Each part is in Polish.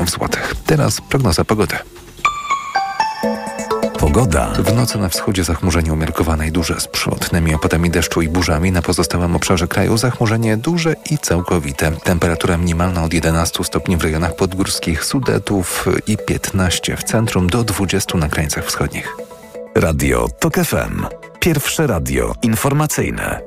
milionów złotych. Teraz prognoza pogody. Pogoda. W nocy na wschodzie zachmurzenie umiarkowane i duże z przelotnymi opadami deszczu i burzami. Na pozostałym obszarze kraju zachmurzenie duże i całkowite. Temperatura minimalna od 11 stopni w rejonach podgórskich Sudetów i 15 w centrum do 20 na krańcach wschodnich. Radio TOK FM. Pierwsze radio informacyjne.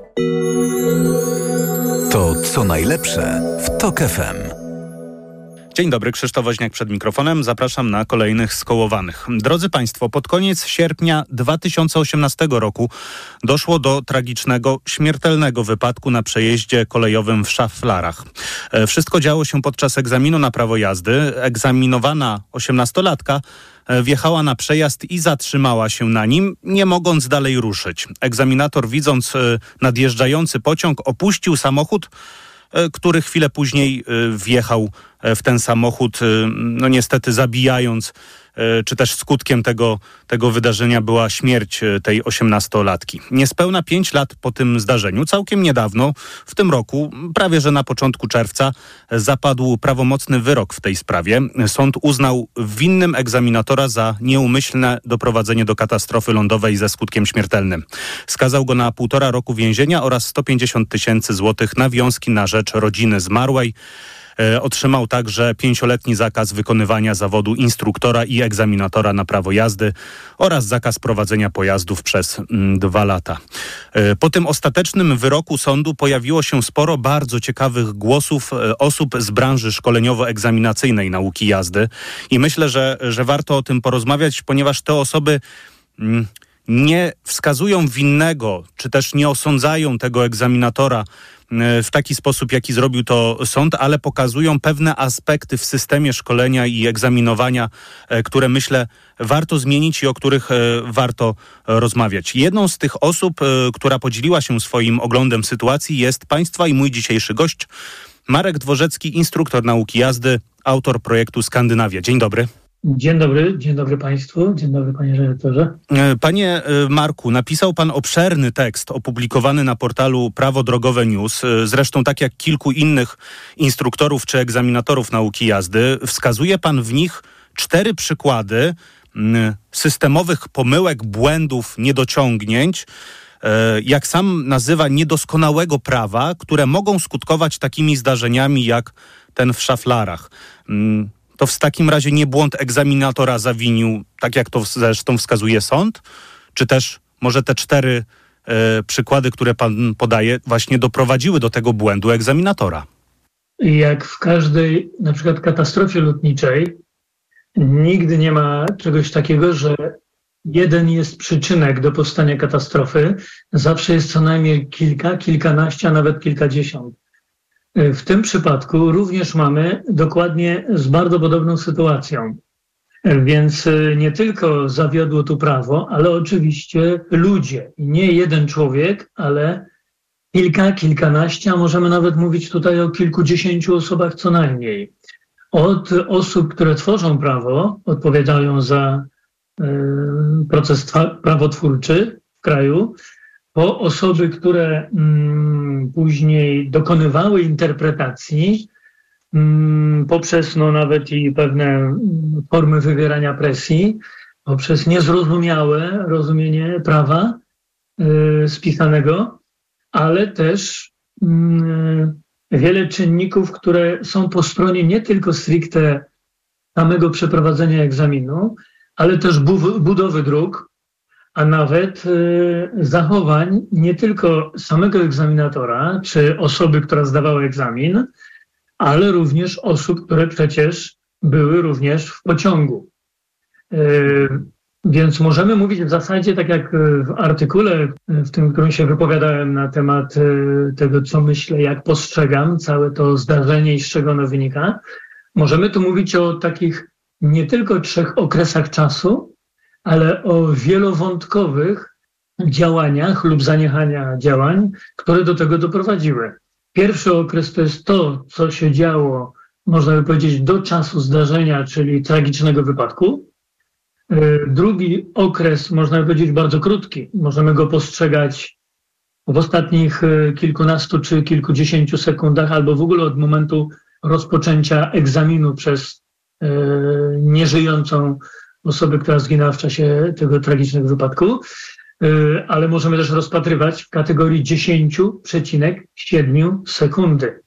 To co najlepsze w TOK FM. Dzień dobry, Krzysztof Woźniak przed mikrofonem. Zapraszam na kolejnych Skołowanych. Drodzy Państwo, pod koniec sierpnia 2018 roku doszło do tragicznego, śmiertelnego wypadku na przejeździe kolejowym w Szaflarach. Wszystko działo się podczas egzaminu na prawo jazdy. Egzaminowana 18-latka wjechała na przejazd i zatrzymała się na nim, nie mogąc dalej ruszyć. Egzaminator, widząc nadjeżdżający pociąg, opuścił samochód, który chwilę później wjechał w ten samochód, no niestety zabijając, czy też skutkiem tego wydarzenia była śmierć tej 18-latki. Niespełna 5 lat po tym zdarzeniu, całkiem niedawno, w tym roku, prawie że na początku czerwca, zapadł prawomocny wyrok w tej sprawie. Sąd uznał winnym egzaminatora za nieumyślne doprowadzenie do katastrofy lądowej ze skutkiem śmiertelnym. Skazał go na 1,5 roku więzienia oraz 150 000 złotych nawiązki na rzecz rodziny zmarłej. Otrzymał także 5-letni zakaz wykonywania zawodu instruktora i egzaminatora na prawo jazdy oraz zakaz prowadzenia pojazdów przez 2 lata. Po tym ostatecznym wyroku sądu pojawiło się sporo bardzo ciekawych głosów osób z branży szkoleniowo-egzaminacyjnej nauki jazdy i myślę, że warto o tym porozmawiać, ponieważ te osoby nie wskazują winnego, czy też nie osądzają tego egzaminatora w taki sposób, jaki zrobił to sąd, ale pokazują pewne aspekty w systemie szkolenia i egzaminowania, które myślę warto zmienić i o których warto rozmawiać. Jedną z tych osób, która podzieliła się swoim oglądem sytuacji, jest Państwa i mój dzisiejszy gość, Marek Dworzecki, instruktor nauki jazdy, autor projektu Skandynawia. Dzień dobry. Dzień dobry Państwu, dzień dobry Panie redaktorze. Panie Marku, napisał Pan obszerny tekst opublikowany na portalu Prawo Drogowe News. Zresztą tak jak kilku innych instruktorów czy egzaminatorów nauki jazdy, wskazuje Pan w nich 4 przykłady systemowych pomyłek, błędów, niedociągnięć, jak sam nazywa, niedoskonałego prawa, które mogą skutkować takimi zdarzeniami jak ten w Szaflarach. To w takim razie nie błąd egzaminatora zawinił, tak jak to zresztą wskazuje sąd? Czy też może te 4 przykłady, które Pan podaje, właśnie doprowadziły do tego błędu egzaminatora? Jak w każdej na przykład katastrofie lotniczej, nigdy nie ma czegoś takiego, że jeden jest przyczynek do powstania katastrofy. Zawsze jest co najmniej kilka, kilkanaście, a nawet kilkadziesiąt. W tym przypadku również mamy dokładnie z bardzo podobną sytuacją. Więc nie tylko zawiodło tu prawo, ale oczywiście ludzie. I nie jeden człowiek, ale kilka, kilkanaście, a możemy nawet mówić tutaj o kilkudziesięciu osobach co najmniej. Od osób, które tworzą prawo, odpowiadają za proces prawotwórczy w kraju, po osoby, które później dokonywały interpretacji poprzez nawet i pewne formy wywierania presji, poprzez niezrozumiałe rozumienie prawa spisanego, ale też wiele czynników, które są po stronie nie tylko stricte samego przeprowadzenia egzaminu, ale też budowy dróg, a nawet zachowań nie tylko samego egzaminatora, czy osoby, która zdawała egzamin, ale również osób, które przecież były również w pociągu. Więc możemy mówić w zasadzie, tak jak w artykule, w tym, którym się wypowiadałem na temat tego, co myślę, jak postrzegam całe to zdarzenie i z czego ono wynika, możemy tu mówić o takich nie tylko 3 okresach czasu, ale o wielowątkowych działaniach lub zaniechania działań, które do tego doprowadziły. Pierwszy okres to jest to, co się działo, można by powiedzieć, do czasu zdarzenia, czyli tragicznego wypadku. Drugi okres, można by powiedzieć, bardzo krótki. Możemy go postrzegać w ostatnich kilkunastu czy kilkudziesięciu sekundach, albo w ogóle od momentu rozpoczęcia egzaminu przez nieżyjącą osobę, która zginęła w czasie tego tragicznego wypadku, ale możemy też rozpatrywać w kategorii 10,7 sekundy.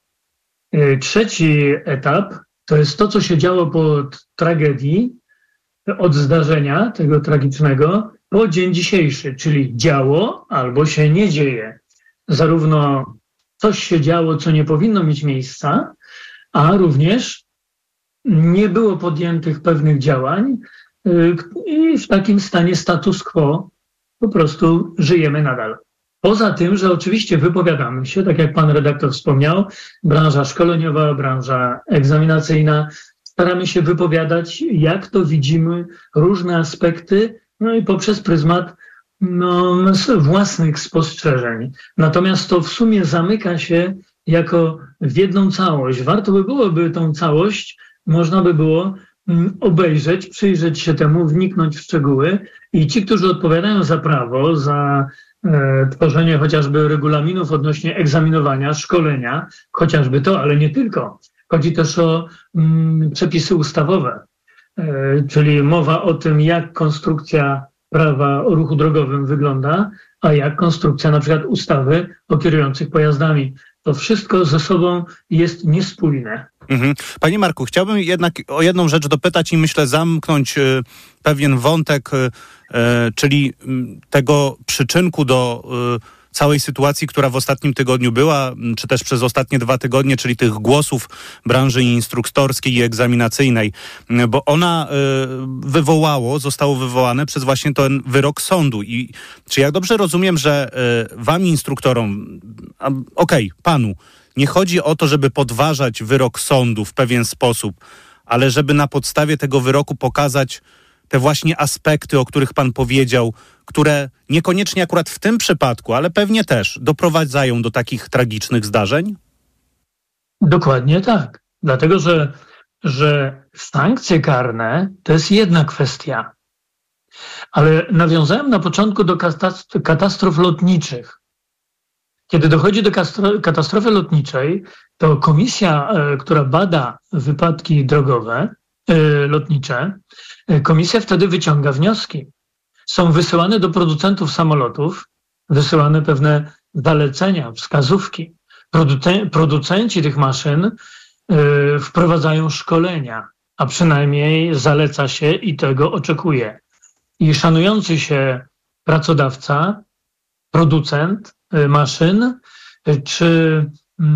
Trzeci etap to jest to, co się działo po tragedii, od zdarzenia tego tragicznego po dzień dzisiejszy, czyli działo albo się nie dzieje. Zarówno coś się działo, co nie powinno mieć miejsca, a również nie było podjętych pewnych działań i w takim stanie status quo po prostu żyjemy nadal. Poza tym, że oczywiście wypowiadamy się, tak jak pan redaktor wspomniał, branża szkoleniowa, branża egzaminacyjna, staramy się wypowiadać, jak to widzimy, różne aspekty, no i poprzez pryzmat własnych spostrzeżeń. Natomiast to w sumie zamyka się jako w jedną całość. Warto by byłoby tą całość, można by było obejrzeć, przyjrzeć się temu, wniknąć w szczegóły i ci, którzy odpowiadają za prawo, za tworzenie chociażby regulaminów odnośnie egzaminowania, szkolenia, chociażby to, ale nie tylko. Chodzi też o przepisy ustawowe, czyli mowa o tym, jak konstrukcja prawa o ruchu drogowym wygląda, a jak konstrukcja na przykład ustawy o kierujących pojazdami. To wszystko ze sobą jest niespójne. Panie Marku, chciałbym jednak o jedną rzecz dopytać i myślę zamknąć pewien wątek, czyli tego przyczynku do całej sytuacji, która w ostatnim tygodniu była, czy też przez ostatnie 2 tygodnie, czyli tych głosów branży instruktorskiej i egzaminacyjnej, bo ona zostało wywołane przez właśnie ten wyrok sądu. I czy jak dobrze rozumiem, że wam instruktorom, panu, nie chodzi o to, żeby podważać wyrok sądu w pewien sposób, ale żeby na podstawie tego wyroku pokazać te właśnie aspekty, o których pan powiedział, które niekoniecznie akurat w tym przypadku, ale pewnie też doprowadzają do takich tragicznych zdarzeń? Dokładnie tak. Dlatego, że sankcje karne to jest jedna kwestia. Ale nawiązałem na początku do katastrof lotniczych. Kiedy dochodzi do katastrofy lotniczej, to komisja, która bada wypadki drogowe, lotnicze, komisja wtedy wyciąga wnioski. Są wysyłane do producentów samolotów, wysyłane pewne zalecenia, wskazówki. Producenci tych maszyn wprowadzają szkolenia, a przynajmniej zaleca się i tego oczekuje. I szanujący się pracodawca, producent maszyn, czy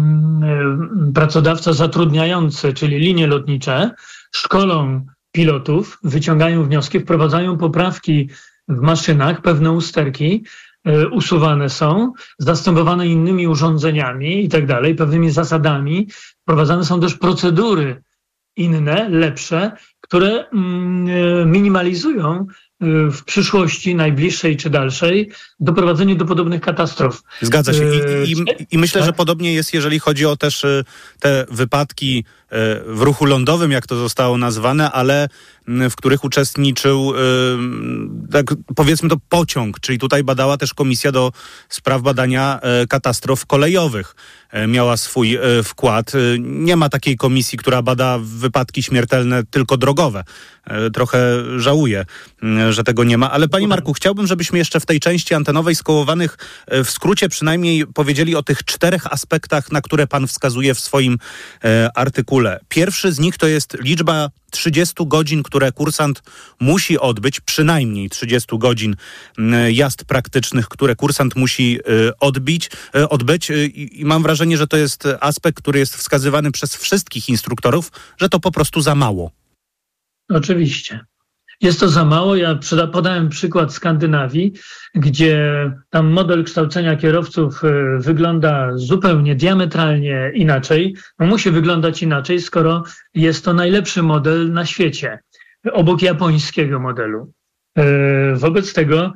pracodawca zatrudniający, czyli linie lotnicze, szkolą pilotów, wyciągają wnioski, wprowadzają poprawki w maszynach, pewne usterki usuwane są, zastępowane innymi urządzeniami i tak dalej, pewnymi zasadami. Wprowadzane są też procedury inne, lepsze, które minimalizują w przyszłości najbliższej czy dalszej doprowadzenie do podobnych katastrof. Zgadza się. I myślę, że podobnie jest, jeżeli chodzi o też te wypadki w ruchu lądowym, jak to zostało nazwane, ale w których uczestniczył, tak powiedzmy to, pociąg, czyli tutaj badała też Komisja do Spraw Badania Katastrof Kolejowych. Miała swój wkład. Nie ma takiej komisji, która bada wypadki śmiertelne tylko drogowe. Trochę żałuję, że tego nie ma. Ale panie Marku, chciałbym, żebyśmy jeszcze w tej części antenowej Skołowanych w skrócie przynajmniej powiedzieli o tych 4 aspektach, na które pan wskazuje w swoim artykule. Pierwszy z nich to jest liczba 30 godzin, które kursant musi odbyć, przynajmniej 30 godzin jazd praktycznych, które kursant musi odbyć i mam wrażenie, że to jest aspekt, który jest wskazywany przez wszystkich instruktorów, że to po prostu za mało. Oczywiście. Jest to za mało. Ja podałem przykład Skandynawii, gdzie tam model kształcenia kierowców wygląda zupełnie diametralnie inaczej. Musi wyglądać inaczej, skoro jest to najlepszy model na świecie, obok japońskiego modelu. Wobec tego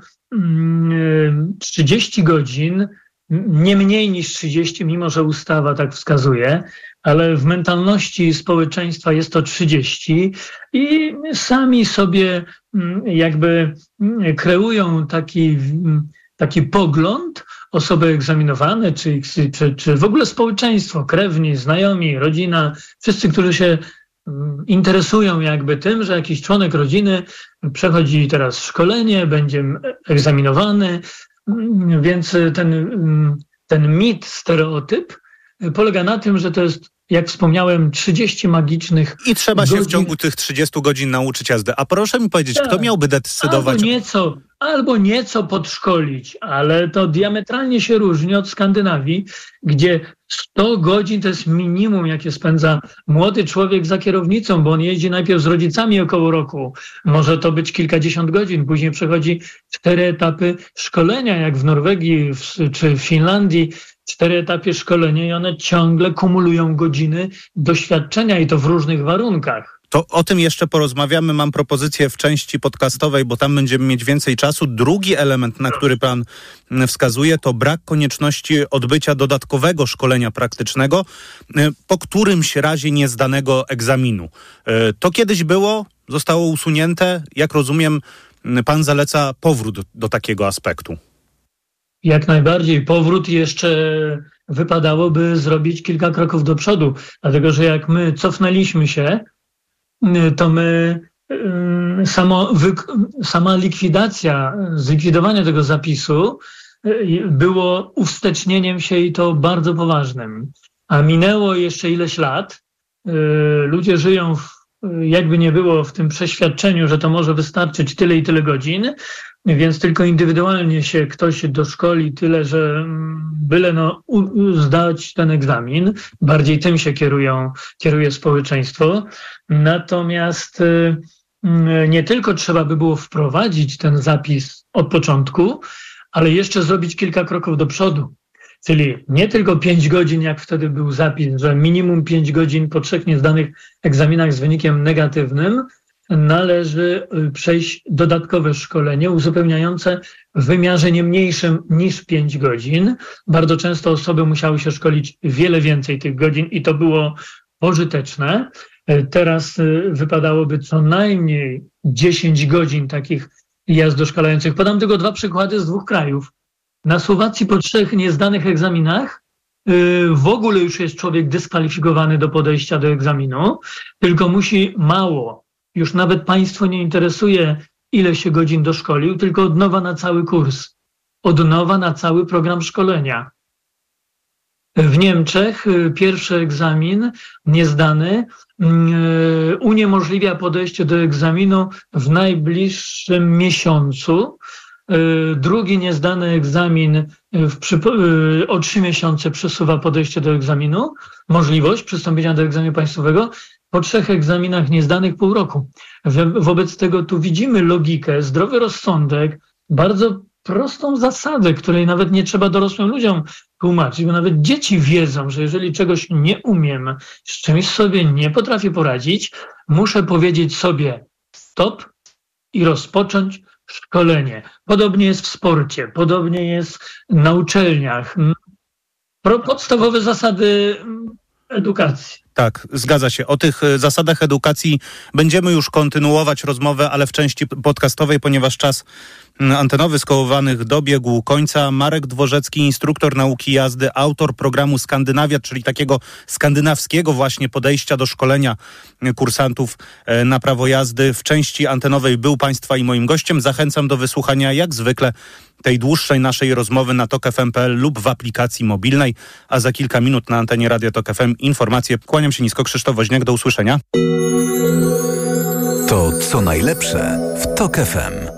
30 godzin, nie mniej niż 30, mimo że ustawa tak wskazuje, ale w mentalności społeczeństwa jest to 30 i sami sobie jakby kreują taki pogląd, osoby egzaminowane, czy w ogóle społeczeństwo, krewni, znajomi, rodzina, wszyscy, którzy się interesują jakby tym, że jakiś członek rodziny przechodzi teraz szkolenie, będzie egzaminowany, więc ten mit, stereotyp polega na tym, że to jest, jak wspomniałem, 30 magicznych I trzeba się godzin. w ciągu tych 30 godzin nauczyć jazdy. A proszę mi powiedzieć, kto miałby decydować? Albo nieco podszkolić, ale to diametralnie się różni od Skandynawii, gdzie 100 godzin to jest minimum, jakie spędza młody człowiek za kierownicą, bo on jeździ najpierw z rodzicami około roku. Może to być kilkadziesiąt godzin, później przechodzi 4 etapy szkolenia, jak w Norwegii czy w Finlandii. 4 etapy szkolenia i one ciągle kumulują godziny doświadczenia i to w różnych warunkach. To o tym jeszcze porozmawiamy. Mam propozycję w części podcastowej, bo tam będziemy mieć więcej czasu. Drugi element, na który pan wskazuje, to brak konieczności odbycia dodatkowego szkolenia praktycznego po którymś razie niezdanego egzaminu. To kiedyś było, zostało usunięte. Jak rozumiem, pan zaleca powrót do takiego aspektu. Jak najbardziej. Powrót jeszcze wypadałoby zrobić kilka kroków do przodu, dlatego że jak my cofnęliśmy się, to my sama zlikwidowanie tego zapisu było uwstecznieniem się i to bardzo poważnym. A minęło jeszcze ileś lat. Ludzie żyją jakby nie było w tym przeświadczeniu, że to może wystarczyć tyle i tyle godzin, więc tylko indywidualnie się ktoś doszkoli tyle, że byle zdać ten egzamin. Bardziej tym się kieruje społeczeństwo. Natomiast nie tylko trzeba by było wprowadzić ten zapis od początku, ale jeszcze zrobić kilka kroków do przodu. Czyli nie tylko 5 godzin, jak wtedy był zapis, że minimum 5 godzin po 3 niezdanych egzaminach z wynikiem negatywnym należy przejść dodatkowe szkolenie uzupełniające w wymiarze nie mniejszym niż 5 godzin. Bardzo często osoby musiały się szkolić wiele więcej tych godzin i to było pożyteczne. Teraz wypadałoby co najmniej 10 godzin takich jazd doszkalających. Podam tylko 2 przykłady z 2 krajów. Na Słowacji po 3 niezdanych egzaminach w ogóle już jest człowiek dyskwalifikowany do podejścia do egzaminu, tylko musi mało. Już nawet państwo nie interesuje, ile się godzin doszkolił, tylko od nowa na cały kurs, od nowa na cały program szkolenia. W Niemczech pierwszy egzamin niezdany uniemożliwia podejście do egzaminu w najbliższym miesiącu. Drugi niezdany egzamin o 3 miesiące przesuwa podejście do egzaminu, możliwość przystąpienia do egzaminu państwowego, po 3 egzaminach niezdanych pół roku. Wobec tego tu widzimy logikę, zdrowy rozsądek, bardzo prostą zasadę, której nawet nie trzeba dorosłym ludziom tłumaczyć, bo nawet dzieci wiedzą, że jeżeli czegoś nie umiem, z czymś sobie nie potrafię poradzić, muszę powiedzieć sobie stop i rozpocząć szkolenie. Podobnie jest w sporcie, podobnie jest na uczelniach. Podstawowe zasady edukacji. Tak, zgadza się. O tych zasadach edukacji będziemy już kontynuować rozmowę, ale w części podcastowej, ponieważ czas antenowy Skołowanych dobiegł końca. Marek Dworzecki, instruktor nauki jazdy, autor programu Skandynawia, czyli takiego skandynawskiego właśnie podejścia do szkolenia kursantów na prawo jazdy. W części antenowej był Państwa i moim gościem. Zachęcam do wysłuchania jak zwykle tej dłuższej naszej rozmowy na tokfm.pl lub w aplikacji mobilnej, a za kilka minut na antenie Radia Tok FM informacje. Kłaniam się nisko, Krzysztof Woźniak, do usłyszenia. To co najlepsze w Tok FM.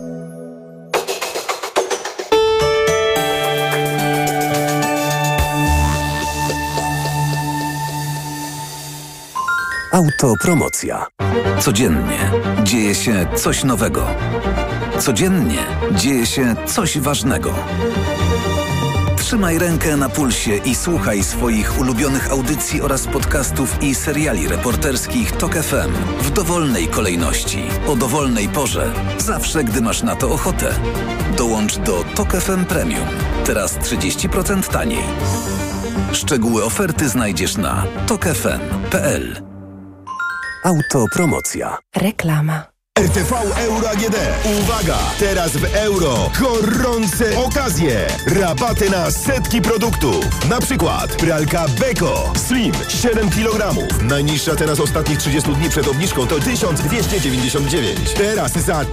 Autopromocja. Codziennie dzieje się coś nowego. Codziennie dzieje się coś ważnego. Trzymaj rękę na pulsie i słuchaj swoich ulubionych audycji oraz podcastów i seriali reporterskich Tok FM w dowolnej kolejności, o dowolnej porze, zawsze gdy masz na to ochotę. Dołącz do Tok FM Premium. Teraz 30% taniej. Szczegóły oferty znajdziesz na tokfm.pl. Autopromocja. Reklama. RTV Euro AGD. Uwaga! Teraz w euro gorące okazje. Rabaty na setki produktów. Na przykład pralka Beko Slim 7 kg. Najniższa teraz ostatnich 30 dni przed obniżką to 1299. Teraz za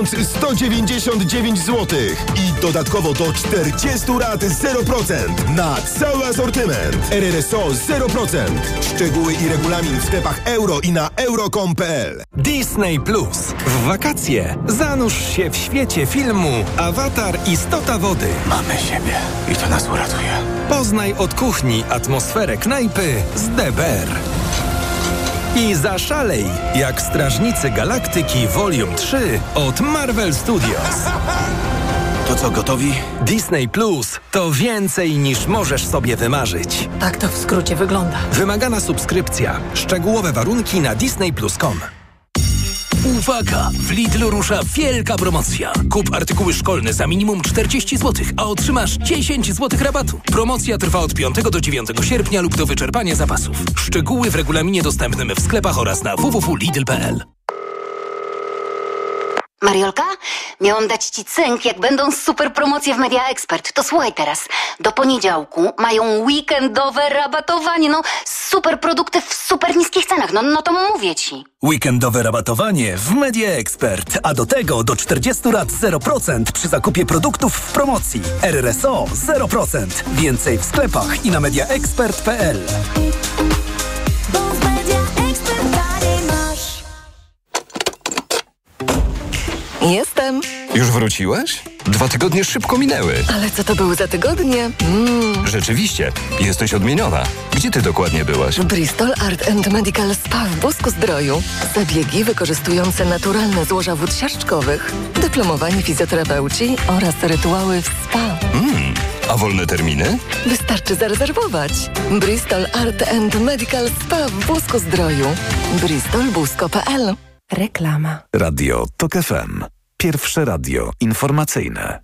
1199 zł. I dodatkowo do 40 rat 0% na cały asortyment. RRSO 0%. Szczegóły i regulamin w sklepach euro i na euro.com.pl. Disney Plus. W wakacje zanurz się w świecie filmu Awatar Istota Wody. Mamy siebie i to nas uratuje. Poznaj od kuchni atmosferę knajpy z DBR. I zaszalej jak Strażnicy Galaktyki Volume 3 od Marvel Studios. To co, gotowi? Disney Plus to więcej niż możesz sobie wymarzyć. Tak to w skrócie wygląda. Wymagana subskrypcja. Szczegółowe warunki na disneyplus.com. Uwaga! W Lidlu rusza wielka promocja. Kup artykuły szkolne za minimum 40 zł, a otrzymasz 10 zł rabatu. Promocja trwa od 5 do 9 sierpnia lub do wyczerpania zapasów. Szczegóły w regulaminie dostępnym w sklepach oraz na www.lidl.pl. Mariolka, miałam dać Ci cynk, jak będą super promocje w Media Expert. To słuchaj teraz. Do poniedziałku mają weekendowe rabatowanie. Super produkty w super niskich cenach. No to mówię Ci. Weekendowe rabatowanie w Media Expert, a do tego do 40 rat 0% przy zakupie produktów w promocji. RRSO 0%. Więcej w sklepach i na mediaexpert.pl. Jestem. Już wróciłaś? 2 tygodnie szybko minęły. Ale co to były za tygodnie? Rzeczywiście, jesteś odmieniona. Gdzie ty dokładnie byłaś? Bristol Art and Medical Spa w Busku-Zdroju. Zabiegi wykorzystujące naturalne złoża wód siarczkowych, dyplomowani fizjoterapeuci oraz rytuały w spa. A wolne terminy? Wystarczy zarezerwować. Bristol Art and Medical Spa w Busku-Zdroju. bristolbusko.pl. Reklama. Radio TOK FM. Pierwsze radio informacyjne.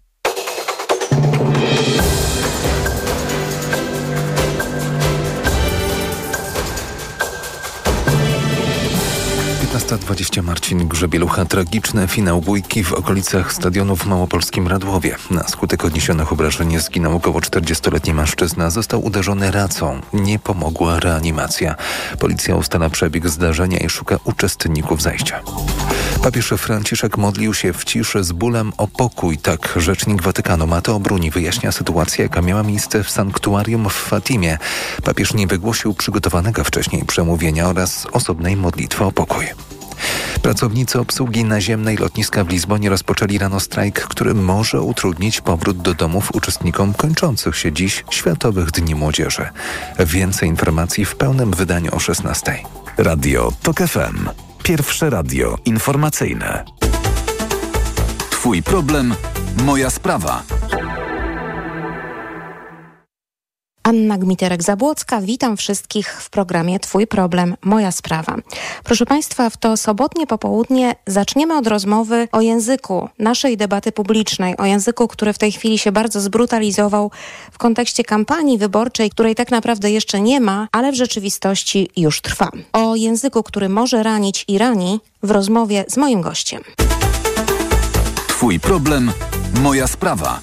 Marcin Grzebielucha. Tragiczny finał bójki w okolicach stadionu w małopolskim Radłowie. Na skutek odniesionych obrażeń zginął około 40-letni mężczyzna. Został uderzony racą. Nie pomogła reanimacja. Policja ustala przebieg zdarzenia i szuka uczestników zajścia. Papież Franciszek modlił się w ciszy z bólem o pokój. Tak rzecznik Watykanu Matteo Bruni wyjaśnia sytuację, jaka miała miejsce w sanktuarium w Fatimie. Papież nie wygłosił przygotowanego wcześniej przemówienia oraz osobnej modlitwy o pokój. Pracownicy obsługi naziemnej lotniska w Lizbonie rozpoczęli rano strajk, który może utrudnić powrót do domów uczestnikom kończących się dziś Światowych Dni Młodzieży. Więcej informacji w pełnym wydaniu o 16:00. Radio TOK FM. Pierwsze radio informacyjne. Twój problem, moja sprawa. Anna Gmiterek-Zabłocka, witam wszystkich w programie Twój problem, moja sprawa. Proszę Państwa, w to sobotnie popołudnie zaczniemy od rozmowy o języku naszej debaty publicznej, o języku, który w tej chwili się bardzo zbrutalizował w kontekście kampanii wyborczej, której tak naprawdę jeszcze nie ma, ale w rzeczywistości już trwa. O języku, który może ranić i rani, w rozmowie z moim gościem. Twój problem, moja sprawa.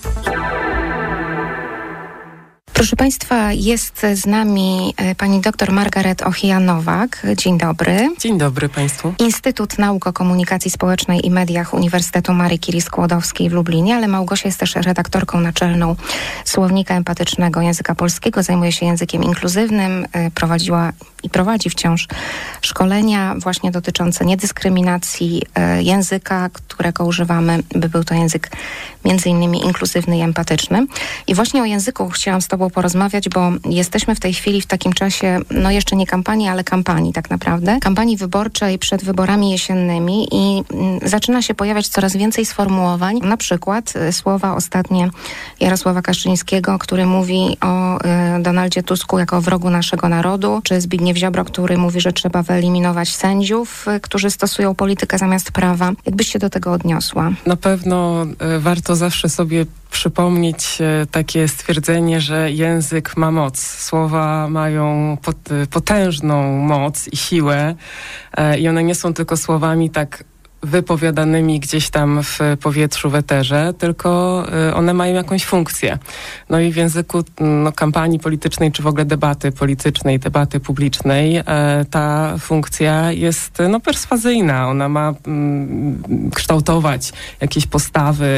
Proszę Państwa, jest z nami pani dr Margaret Ochija-Nowak. Dzień dobry. Dzień dobry Państwu. Instytut Nauk o Komunikacji Społecznej i Mediach Uniwersytetu Marii Curie-Skłodowskiej w Lublinie, ale Małgosia jest też redaktorką naczelną Słownika Empatycznego Języka Polskiego. Zajmuje się językiem inkluzywnym, prowadziła i prowadzi wciąż szkolenia właśnie dotyczące niedyskryminacji języka, którego używamy, by był to język między innymi inkluzywny i empatyczny. I właśnie o języku chciałam z Tobą porozmawiać, bo jesteśmy w tej chwili w takim czasie, no jeszcze nie kampanii, ale kampanii tak naprawdę. Kampanii wyborczej przed wyborami jesiennymi i zaczyna się pojawiać coraz więcej sformułowań. Na przykład słowa ostatnie Jarosława Kaczyńskiego, który mówi o Donaldzie Tusku jako o wrogu naszego narodu, czy Zbigniew Ziobro, który mówi, że trzeba wyeliminować sędziów, którzy stosują politykę zamiast prawa. Jakbyś się do tego odniosła? Na pewno warto zawsze sobie przypomnieć takie stwierdzenie, że język ma moc. Słowa mają potężną moc i siłę i one nie są tylko słowami tak wypowiadanymi gdzieś tam w powietrzu, w eterze, tylko one mają jakąś funkcję. No i w języku kampanii politycznej, czy w ogóle debaty politycznej, debaty publicznej, ta funkcja jest perswazyjna. Ona ma kształtować jakieś postawy,